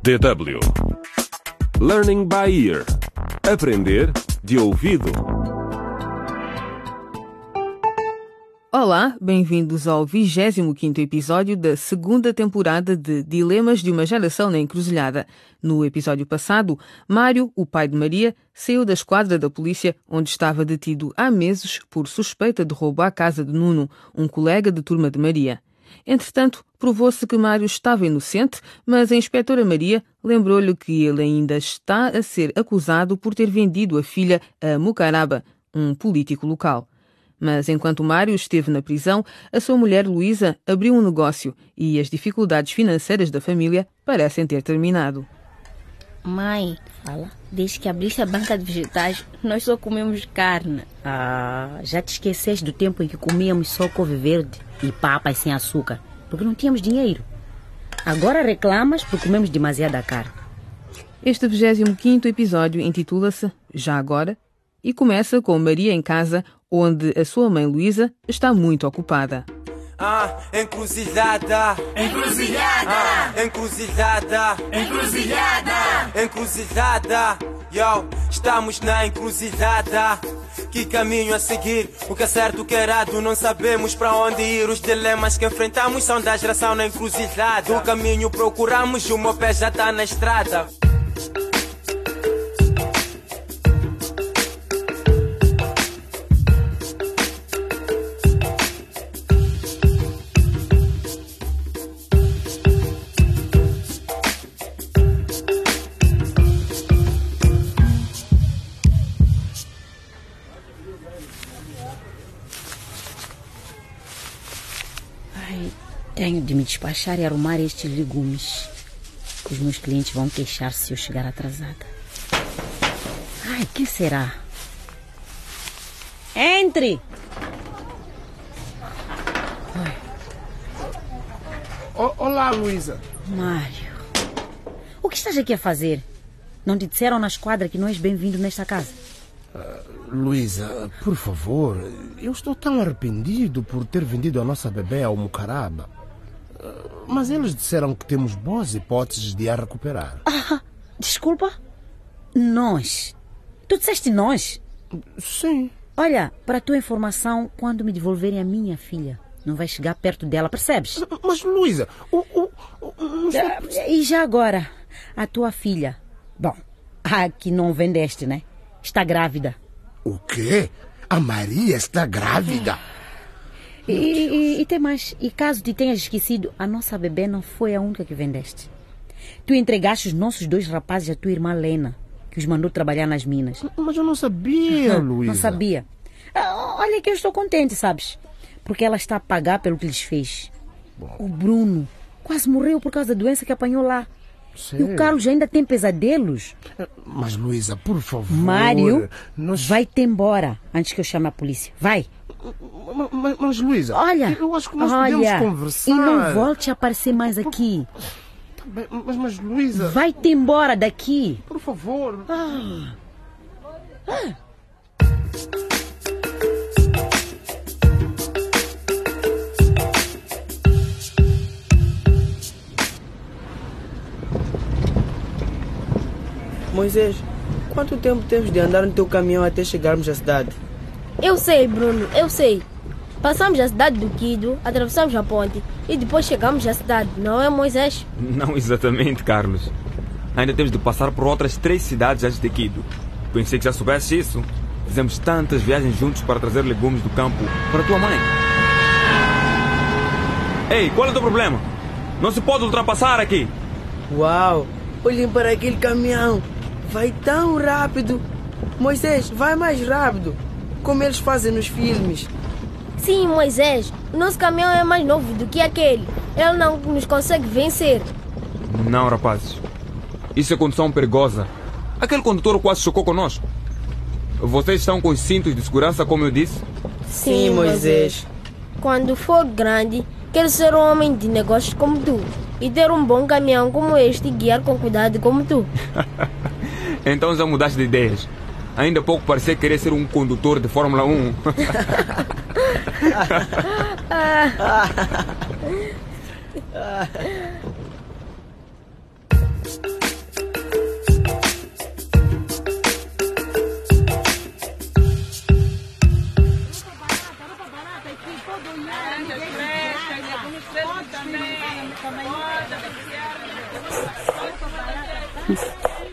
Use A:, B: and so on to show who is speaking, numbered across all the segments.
A: DW Learning by Ear. Aprender de ouvido.
B: Olá, bem-vindos ao 25º episódio da segunda temporada de Dilemas de uma Geração na Encruzilhada. No episódio passado, Mário, o pai de Maria, saiu da esquadra da polícia onde estava detido há meses por suspeita de roubo à casa de Nuno, um colega de turma de Maria. Entretanto, provou-se que Mário estava inocente, mas a inspetora Maria lembrou-lhe que ele ainda está a ser acusado por ter vendido a filha a Mucaraba, um político local. Mas enquanto Mário esteve na prisão, a sua mulher Luísa abriu um negócio e as dificuldades financeiras da família parecem ter terminado.
C: Mãe, fala. Desde que abriste a banca de vegetais, nós só comemos carne. Já te esqueceste do tempo em que comíamos só couve verde e papas sem açúcar, porque não tínhamos dinheiro. Agora reclamas porque comemos demasiada carne.
B: Este 25º episódio intitula-se Já Agora e começa com Maria em casa, onde a sua mãe Luísa está muito ocupada.
D: Encruzilhada,
E: Encruzilhada,
D: encruzilhada,
E: encruzilhada.
D: encruzilhada. Yo, estamos na encruzilhada. Que caminho a seguir? O que é certo, o que é errado? Não sabemos para onde ir. Os dilemas que enfrentamos são da geração na encruzilhada. O caminho procuramos e o meu pé já está na estrada.
C: Tenho de me despachar e arrumar estes legumes. Os meus clientes vão queixar-se se eu chegar atrasada. Quem será? Entre!
F: Olá, Luísa.
C: Mário, o que estás aqui a fazer? Não te disseram na esquadra que não és bem-vindo nesta casa?
F: Luísa, por favor, eu estou tão arrependido por ter vendido a nossa bebê ao Mucaraba. Mas eles disseram que temos boas hipóteses de a recuperar.
C: Desculpa? Nós? Tu disseste nós?
F: Sim.
C: Olha, para a tua informação, quando me devolverem a minha filha, não vai chegar perto dela, percebes?
F: Mas, Luísa,
C: E já agora, a tua filha? Bom, a que não vendeste, né? Está grávida.
F: O quê? A Maria está grávida?
C: E tem mais. E caso te tenhas esquecido, a nossa bebê não foi a única que vendeste. Tu entregaste os nossos 2 rapazes à tua irmã Lena, que os mandou trabalhar nas minas.
F: Mas eu não sabia, Luísa.
C: Não sabia. Olha que eu estou contente, sabes? Porque ela está a pagar pelo que lhes fez. O Bruno quase morreu por causa da doença que apanhou lá.
F: Sério?
C: E o Carlos ainda tem pesadelos.
F: Mas, Luísa, por favor...
C: Mário, vai-te embora antes que eu chame a polícia. Vai.
F: Mas, Luísa,
C: Olha,
F: eu acho que nós podemos conversar.
C: E não volte a aparecer mais aqui.
F: Tá bem, mas, Luísa...
C: Vai-te embora daqui.
F: Por favor.
G: Moisés, quanto tempo temos de andar no teu caminhão até chegarmos à cidade?
H: Eu sei, Bruno, eu sei. Passamos a cidade do Quido, atravessamos a ponte e depois chegamos à cidade, não é, Moisés?
I: Não exatamente, Carlos. Ainda temos de passar por outras 3 cidades antes de Quido. Pensei que já soubesse isso. Fizemos tantas viagens juntos para trazer legumes do campo para tua mãe. Ei, qual é o teu problema? Não se pode ultrapassar aqui.
G: Uau, olhem para aquele caminhão. Vai tão rápido. Moisés, vai mais rápido. Como eles fazem nos filmes.
H: Sim, Moisés, o nosso caminhão é mais novo do que aquele. Ele não nos consegue vencer.
I: Não, rapazes. Isso é condução perigosa. Aquele condutor quase chocou conosco. Vocês estão com os cintos de segurança, como eu disse?
G: Sim, Moisés.
H: Quando for grande, quero ser um homem de negócios como tu. E ter um bom caminhão como este e guiar com cuidado como tu.
I: Então já mudaste de ideias. Ainda há pouco parecia querer ser um condutor de Fórmula 1.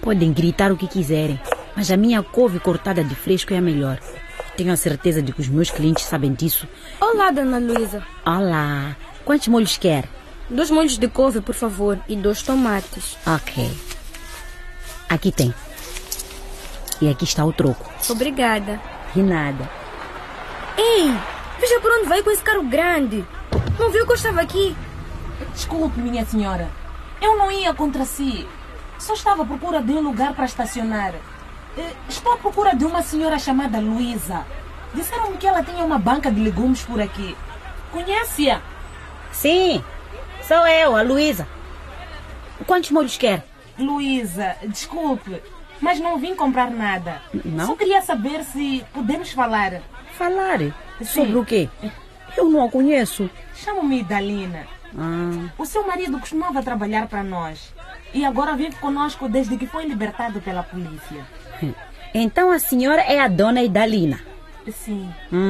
C: Podem gritar o que quiserem, mas a minha couve cortada de fresco é a melhor. Tenho a certeza de que os meus clientes sabem disso.
H: Olá, dona Luísa.
C: Olá. Quantos molhos quer?
H: 2 molhos de couve, por favor, e 2 tomates.
C: Ok. Aqui tem. E aqui está o troco.
H: Obrigada.
C: De nada.
H: Ei, veja por onde vai com esse carro grande. Não viu que eu estava aqui?
J: Desculpe, minha senhora. Eu não ia contra si. Só estava à procura de um lugar para estacionar. Estou à procura de uma senhora chamada Luísa. Disseram-me que ela tinha uma banca de legumes por aqui. Conhece-a?
C: Sim, sou eu, a Luísa. Quantos molhos quer?
J: Luísa, desculpe, mas não vim comprar nada.
C: Não?
J: Só queria saber se podemos falar.
C: Falar?
J: Sim.
C: Sobre o quê? Eu não a conheço.
J: Chamo-me Dalina. O seu marido costumava trabalhar para nós e agora vive conosco desde que foi libertado pela polícia.
C: Então a senhora é a dona Idalina?
J: Sim.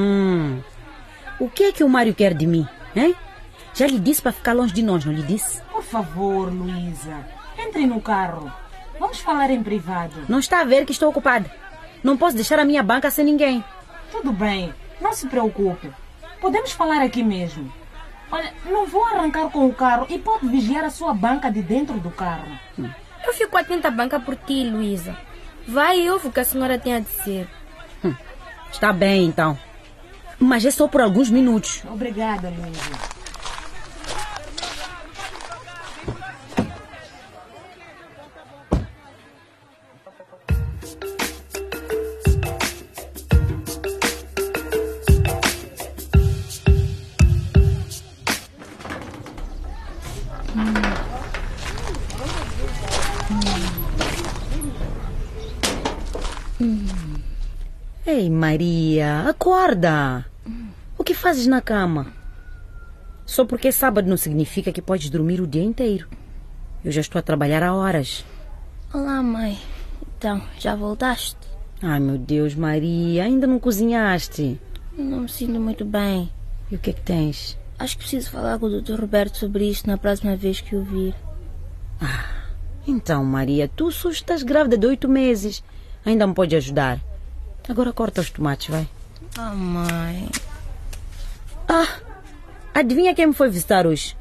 C: O que é que o Mário quer de mim, hein? Já lhe disse para ficar longe de nós, não lhe disse?
J: Por favor, Luísa, entre no carro. Vamos falar em privado.
C: Não está a ver que estou ocupada. Não posso deixar a minha banca sem ninguém.
J: Tudo bem, não se preocupe. Podemos falar aqui mesmo. Olha, não vou arrancar com o carro e pode vigiar a sua banca de dentro do carro.
H: Eu fico atenta à banca por ti, Luísa. Vai e ouve o que a senhora tem a dizer.
C: Está bem, então. Mas é só por alguns minutos.
J: Obrigada, Luísa.
C: Ei, Maria, acorda. O que fazes na cama? Só porque é sábado não significa que podes dormir o dia inteiro. Eu já estou a trabalhar há horas.
H: Olá, mãe. Então, já voltaste?
C: Ai, meu Deus, Maria, ainda não cozinhaste?
H: Não me sinto muito bem.
C: E o que é que tens?
H: Acho que preciso falar com o Dr. Roberto sobre isto na próxima vez que o vir.
C: Então, Maria, tu só estás grávida de 8 meses. Ainda me pode ajudar. Agora corta os tomates, vai.
H: Mãe.
C: Adivinha quem me foi visitar hoje?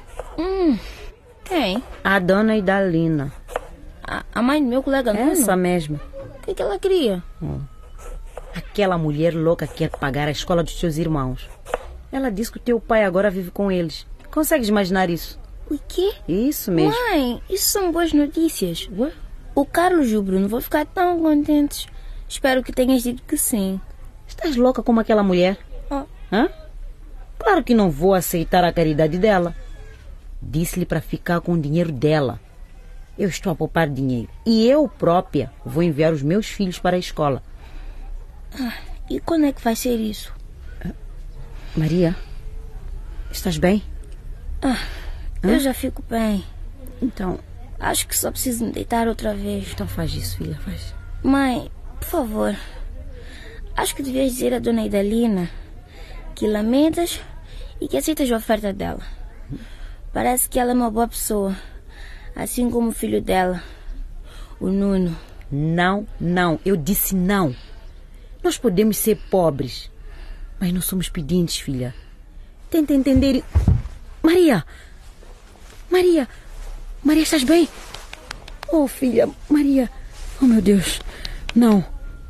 H: Quem?
C: A dona Idalina.
H: A mãe do meu colega Nuno?
C: Essa mesma.
H: O que ela queria?
C: Aquela mulher louca quer pagar a escola dos seus irmãos. Ela disse que o teu pai agora vive com eles. Consegues imaginar isso?
H: O quê?
C: Isso mesmo.
H: Mãe, isso são boas notícias. O Carlos e o Bruno vão ficar tão contentes. Espero que tenhas dito que sim.
C: Estás louca como aquela mulher? Claro que não vou aceitar a caridade dela. Disse-lhe para ficar com o dinheiro dela. Eu estou a poupar dinheiro. E eu própria vou enviar os meus filhos para a escola.
H: E quando é que vai ser isso?
C: Maria, estás bem?
H: Eu já fico bem.
C: Então,
H: acho que só preciso me deitar outra vez.
C: Então faz isso, filha, faz.
H: Mãe, por favor. Acho que devias dizer à dona Idalina que lamentas e que aceitas a oferta dela. Parece que ela é uma boa pessoa. Assim como o filho dela, o Nuno. Não. Eu disse não. Nós podemos ser pobres, mas não somos pedintes, filha. Tenta entender. Maria, estás bem? Oh, filha, Maria. Oh, meu Deus. Não.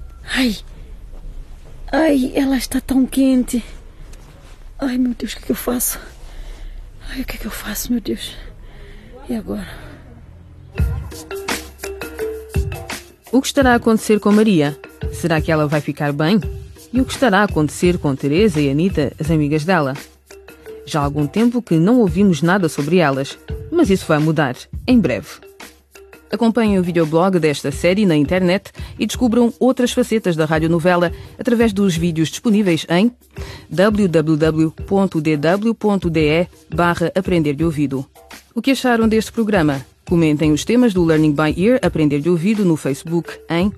H: Ai, ela está tão quente. Ai, meu Deus, o que é que eu faço? O que é que eu faço, meu Deus? E agora?
B: O que estará a acontecer com Maria? Será que ela vai ficar bem? E o que estará a acontecer com Teresa e Anita, as amigas dela? Já há algum tempo que não ouvimos nada sobre elas, mas isso vai mudar, em breve. Acompanhem o videoblog desta série na internet e descubram outras facetas da radionovela através dos vídeos disponíveis em www.dw.de/aprender de ouvido. O que acharam deste programa? Comentem os temas do Learning by Ear Aprender de Ouvido no Facebook em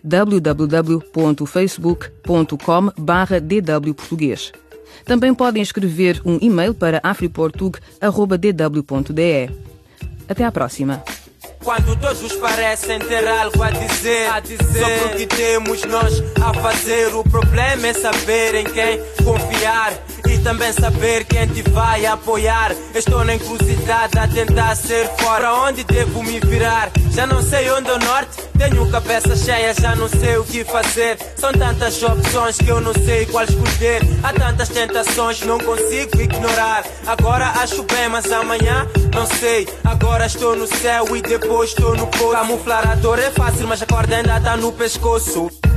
B: www.facebook.com/dwportuguês. Também podem escrever um e-mail para afriportug@dw.de. Até à próxima!
D: quando todos parecem ter algo a dizer, sobre o que temos nós a fazer. O problema é saber em quem confiar e também saber quem te vai apoiar. Estou na encruzilhada a tentar ser fora. Pra onde devo me virar? Já não sei onde é o norte. Tenho cabeça cheia, já não sei o que fazer. São tantas opções que eu não sei qual escolher. Há tantas tentações, não consigo ignorar. Agora acho bem, mas amanhã não sei. Agora estou no céu e depois estou no poço. Camuflar a dor é fácil, mas a corda ainda tá no pescoço.